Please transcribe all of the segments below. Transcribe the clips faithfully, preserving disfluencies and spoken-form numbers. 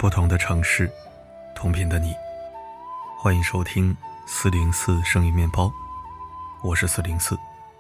不同的城市，同频的你，欢迎收听四零四声音面包，我是四零四。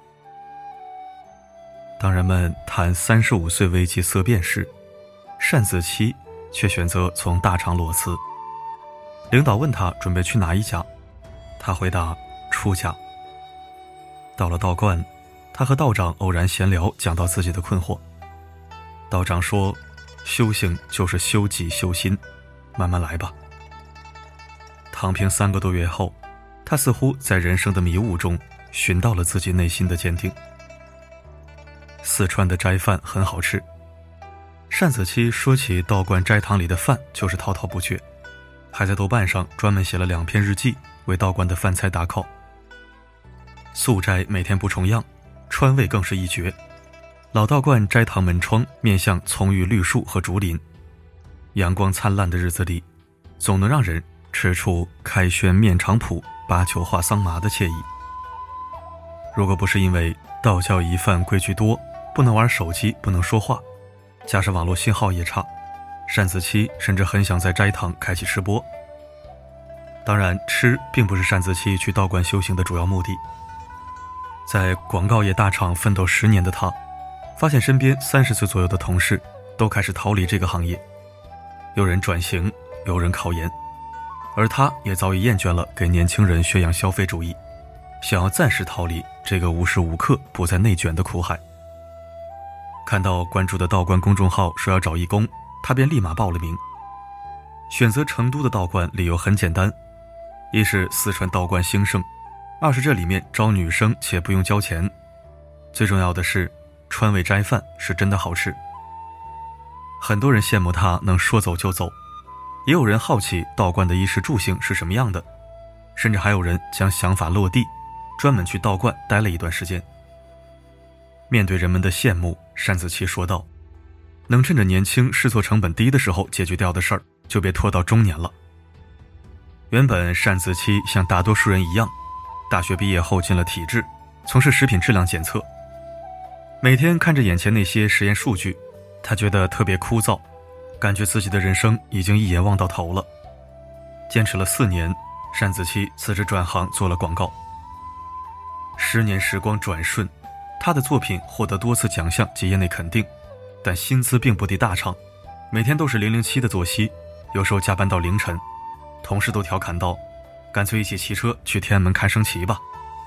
当人们谈三十五岁危机色变时，单子期却选择从大厂裸辞。领导问他准备去哪一家，他回答出家。到了道观，他和道长偶然闲聊，讲到自己的困惑。道长说，修行就是修己修心，慢慢来吧。躺平三个多月后，他似乎在人生的迷雾中寻到了自己内心的坚定。四川的斋饭很好吃，单子期说起道观斋堂里的饭就是滔滔不绝，还在豆瓣上专门写了两篇日记，为道观的饭菜打 call。 素斋每天不重样，川味更是一绝。老道观斋堂门窗面向葱郁绿树和竹林，阳光灿烂的日子里，总能让人吃出开轩面场圃，把酒话桑麻的惬意。如果不是因为道教仪范规矩多，不能玩手机，不能说话，加上网络信号也差，单子期甚至很想在斋堂开启吃播。当然，吃并不是单子期去道观修行的主要目的。在广告业大厂奋斗十年的他，发现身边三十岁左右的同事都开始逃离这个行业，有人转型，有人考研，而他也早已厌倦了给年轻人宣扬消费主义，想要暂时逃离这个无时无刻不在内卷的苦海。看到关注的道观公众号说要找义工，他便立马报了名。选择成都的道观理由很简单，一是四川道观兴盛，二是这里面招女生且不用交钱，最重要的是川味斋饭是真的好吃。很多人羡慕他能说走就走，也有人好奇道观的衣食住行是什么样的，甚至还有人将想法落地，专门去道观待了一段时间。面对人们的羡慕，单子期说道，能趁着年轻试错成本低的时候解决掉的事儿，就别拖到中年了。原本单子期像大多数人一样，大学毕业后进了体制，从事食品质量检测。每天看着眼前那些实验数据，他觉得特别枯燥，感觉自己的人生已经一眼望到头了。坚持了四年，单子期辞职转行做了广告。十年时光转瞬，他的作品获得多次奖项及业内肯定，但薪资并不敌大厂，每天都是零零七的作息，有时候加班到凌晨。同事都调侃道，干脆一起骑车去天安门看升旗吧。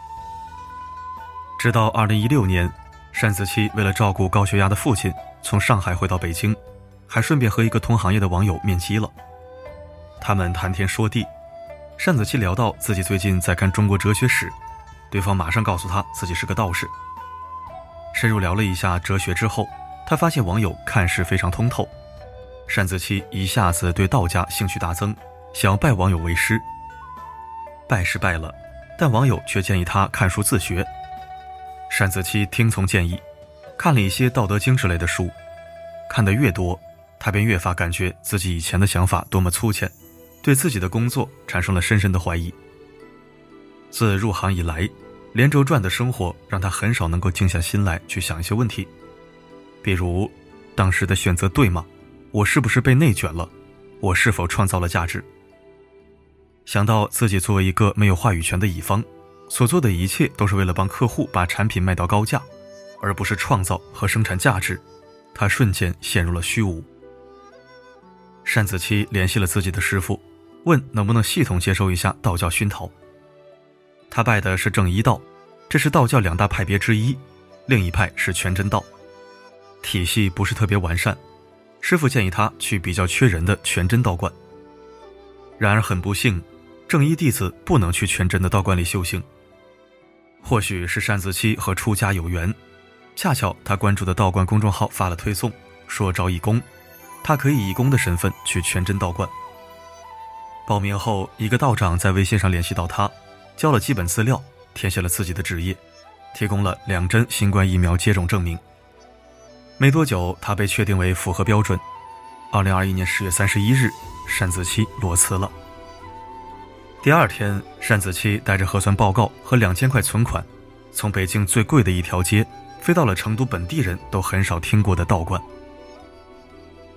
直到二零一六年，单子期为了照顾高血压的父亲，从上海回到北京，还顺便和一个同行业的网友面基了。他们谈天说地，单子期聊到自己最近在看中国哲学史，对方马上告诉他自己是个道士。深入聊了一下哲学之后，他发现网友看事非常通透，单子期一下子对道家兴趣大增，想要拜网友为师。拜是拜了，但网友却建议他看书自学。单子期听从建议，看了一些道德经之类的书，看得越多，他便越发感觉自己以前的想法多么粗浅，对自己的工作产生了深深的怀疑。自入行以来，连轴转的生活让他很少能够静下心来去想一些问题，比如当时的选择对吗？我是不是被内卷了？我是否创造了价值？想到自己作为一个没有话语权的乙方，所做的一切都是为了帮客户把产品卖到高价，而不是创造和生产价值，他瞬间陷入了虚无。单子期联系了自己的师父，问能不能系统接受一下道教熏陶。他拜的是正一道，这是道教两大派别之一，另一派是全真道，体系不是特别完善，师父建议他去比较缺人的全真道观。然而很不幸，正一弟子不能去全真的道观里修行。或许是单子期和出家有缘，恰巧他关注的道观公众号发了推送，说招义工，他可以以义工的身份去全真道观。报名后，一个道长在微信上联系到他，交了基本资料，填写了自己的职业，提供了两针新冠疫苗接种证明。没多久，他被确定为符合标准。二零二一年十月三十一日，单子期裸辞了。第二天，单子期带着核酸报告和两千块存款，从北京最贵的一条街飞到了成都本地人都很少听过的道观。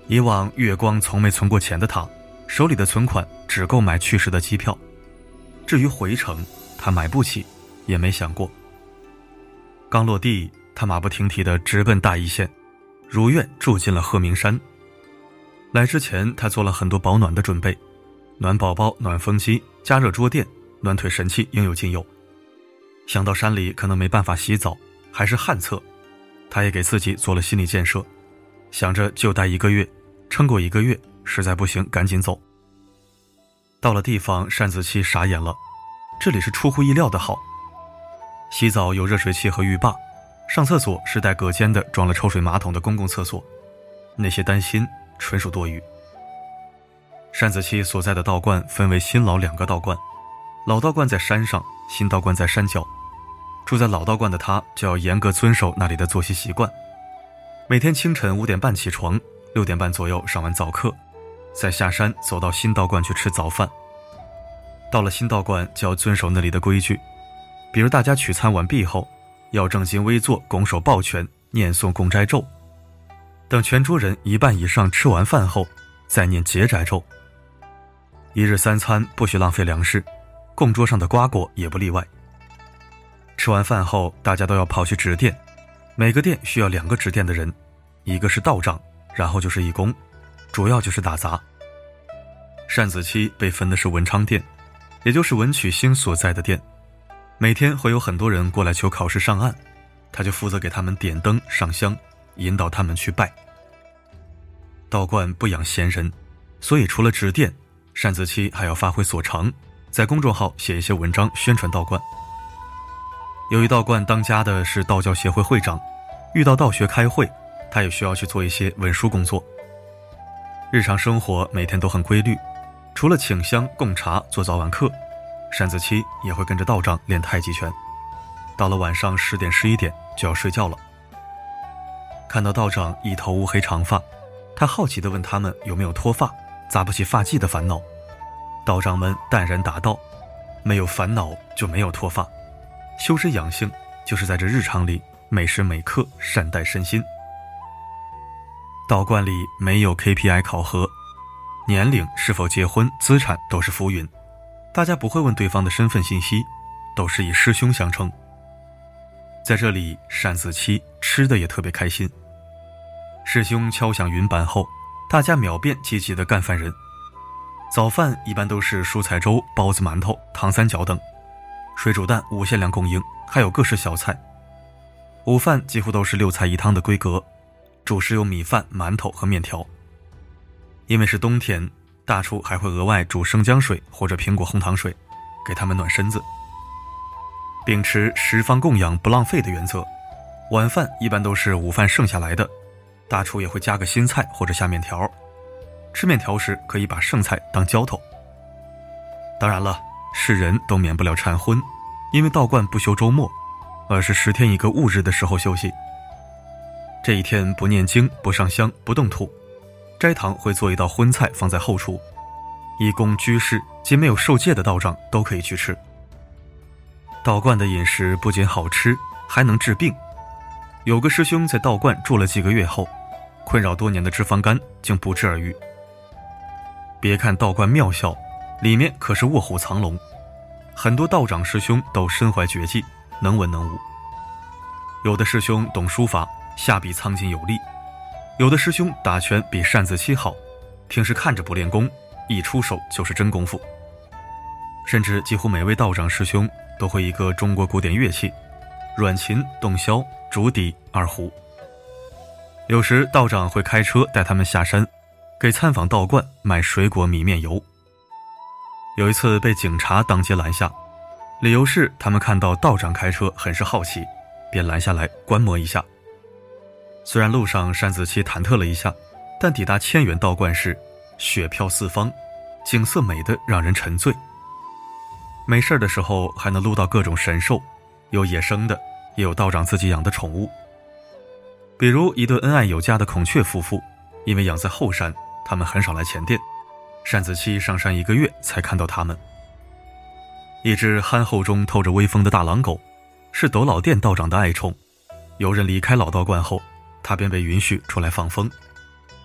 以往月光从没存过钱的他，手里的存款只够买去世的机票，至于回程，他买不起，也没想过。刚落地，他马不停蹄地直奔大邑县，如愿住进了鹤鸣山。来之前，他做了很多保暖的准备，暖宝宝、暖风机、加热桌垫、暖腿神器应有尽有。想到山里可能没办法洗澡，还是旱厕，他也给自己做了心理建设，想着就待一个月，撑过一个月，实在不行赶紧走。到了地方，单子期傻眼了，这里是出乎意料的好。洗澡有热水器和浴霸，上厕所是带隔间的装了抽水马桶的公共厕所，那些担心纯属多余。单子期所在的道观分为新老两个道观，老道观在山上，新道观在山脚。住在老道观的他就要严格遵守那里的作息习惯，每天清晨五点半起床，六点半左右上完早课，再下山走到新道观去吃早饭。到了新道观就要遵守那里的规矩，比如大家取餐完毕后，要正襟危坐，拱手抱拳，念诵供斋咒，等全桌人一半以上吃完饭后，再念结斋咒。一日三餐不许浪费粮食，供桌上的瓜果也不例外。吃完饭后，大家都要跑去值店，每个店需要两个值店的人，一个是道长，然后就是义工，主要就是打杂。单子期被分的是文昌殿，也就是文曲星所在的殿，每天会有很多人过来求考试上岸，他就负责给他们点灯上香，引导他们去拜。道观不养闲人，所以除了值店，单子期还要发挥所长，在公众号写一些文章宣传道观。由于道观当家的是道教协会会长，遇到道学开会，他也需要去做一些文书工作。日常生活每天都很规律，除了请香供茶做早晚课，单子期也会跟着道长练太极拳。到了晚上十点十一点就要睡觉了。看到道长一头乌黑长发，他好奇地问他们有没有脱发、扎不起发髻的烦恼。道长们淡然答道：没有烦恼就没有脱发，修身养性就是在这日常里每时每刻善待身心。道观里没有 K P I 考核，年龄、是否结婚、资产都是浮云，大家不会问对方的身份信息，都是以师兄相称。在这里，单子期吃的也特别开心。师兄敲响云板后，大家秒变积极的干饭人。早饭一般都是蔬菜粥、包子、馒头、糖三角等，水煮蛋无限量供应，还有各式小菜。午饭几乎都是六菜一汤的规格，主食有米饭、馒头和面条。因为是冬天，大厨还会额外煮生姜水或者苹果红糖水，给他们暖身子。秉持十方供养不浪费的原则，晚饭一般都是午饭剩下来的，大厨也会加个新菜或者下面条。吃面条时可以把剩菜当浇头。当然了，是人都免不了馋荤，因为道观不休周末，而是十天一个戊日的时候休息。这一天不念经、不上香、不动土，斋堂会做一道荤菜放在后厨，义工、居士及没有受戒的道长都可以去吃。道观的饮食不仅好吃，还能治病。有个师兄在道观住了几个月后，困扰多年的脂肪肝竟不治而愈。别看道观庙小，里面可是卧虎藏龙，很多道长师兄都身怀绝技，能文能武。有的师兄懂书法，下笔苍劲有力；有的师兄打拳比单子期好，平时看着不练功，一出手就是真功夫。甚至几乎每位道长师兄都会一个中国古典乐器，阮琴、洞箫、竹笛、二胡。有时道长会开车带他们下山，给参访道观买水果、米面油。有一次被警察当街拦下，理由是他们看到道长开车很是好奇，便拦下来观摩一下。虽然路上单子期忐忑了一下，但抵达千元道观时，雪飘四方，景色美得让人沉醉。没事的时候还能撸到各种神兽，有野生的，也有道长自己养的宠物。比如一对恩爱有加的孔雀夫妇，因为养在后山，他们很少来前殿，单子期上山一个月才看到他们。一只憨厚中透着威风的大狼狗，是斗老殿道长的爱宠，有人离开老道观后，他便被允许出来放风。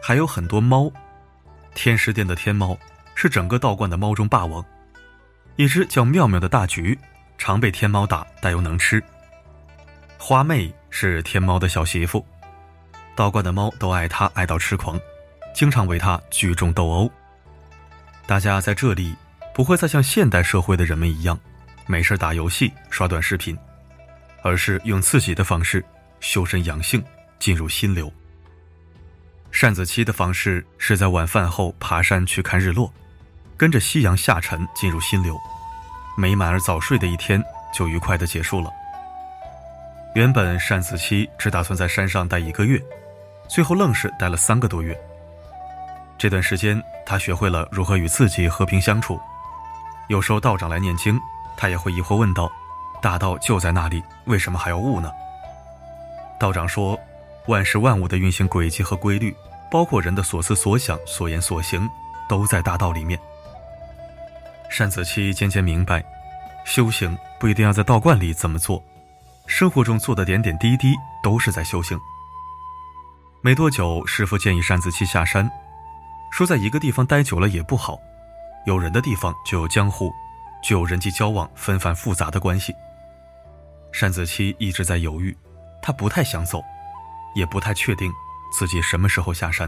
还有很多猫。天师殿的天猫是整个道观的猫中霸王，一只叫妙妙的大橘常被天猫打，但又能吃。花妹是天猫的小媳妇，道观的猫都爱她爱到痴狂，经常为她聚众斗殴。大家在这里不会再像现代社会的人们一样没事打游戏刷短视频，而是用自己的方式修身养性，进入心流。单子期的方式是在晚饭后爬山去看日落，跟着夕阳下沉进入心流，美满而早睡的一天就愉快地结束了。原本单子期只打算在山上待一个月，最后愣是待了三个多月。这段时间他学会了如何与自己和平相处，有时候道长来念经，他也会疑惑问道，大道就在那里，为什么还要悟呢？道长说，万事万物的运行轨迹和规律，包括人的所思所想所言所行，都在大道里面。单子期渐渐明白，修行不一定要在道观里怎么做，生活中做的点点滴滴都是在修行。没多久，师父建议单子期下山，说在一个地方待久了也不好，有人的地方就有江湖，就有人际交往纷繁复杂的关系。单子期一直在犹豫，他不太想走，也不太确定自己什么时候下山。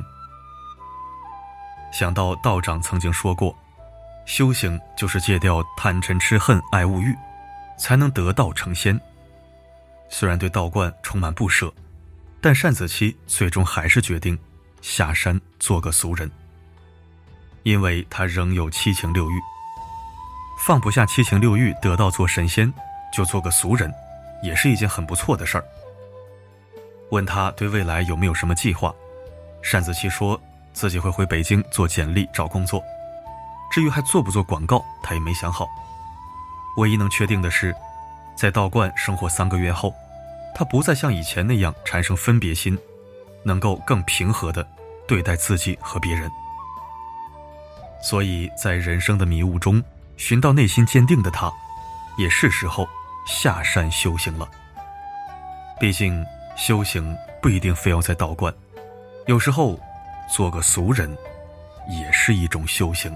想到道长曾经说过，修行就是戒掉贪嗔痴恨爱物欲，才能得道成仙。虽然对道观充满不舍，但单子期最终还是决定下山做个俗人，因为他仍有七情六欲。放不下七情六欲得道做神仙，就做个俗人，也是一件很不错的事儿。问他对未来有没有什么计划，单子期说自己会回北京做简历找工作，至于还做不做广告，他也没想好。唯一能确定的是，在道观生活三个月后，他不再像以前那样产生分别心，能够更平和地对待自己和别人。所以在人生的迷雾中寻到内心坚定的他，也是时候下山修行了。毕竟修行不一定非要在道观，有时候做个俗人也是一种修行。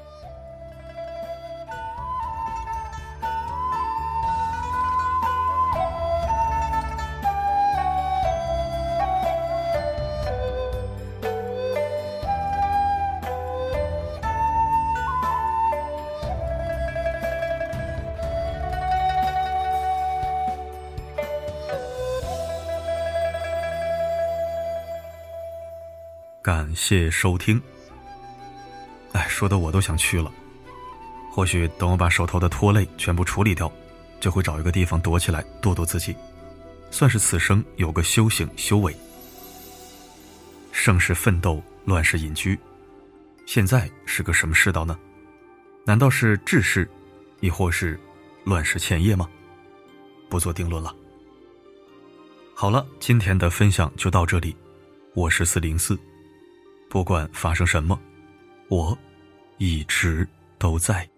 感谢收听。哎，说的我都想去了。或许等我把手头的拖累全部处理掉，就会找一个地方躲起来度度自己，算是此生有个修行修为。盛世奋斗，乱世隐居，现在是个什么世道呢？难道是治世，亦或是乱世前夜吗？不做定论了。好了，今天的分享就到这里，我是四零四。不管发生什么，我一直都在。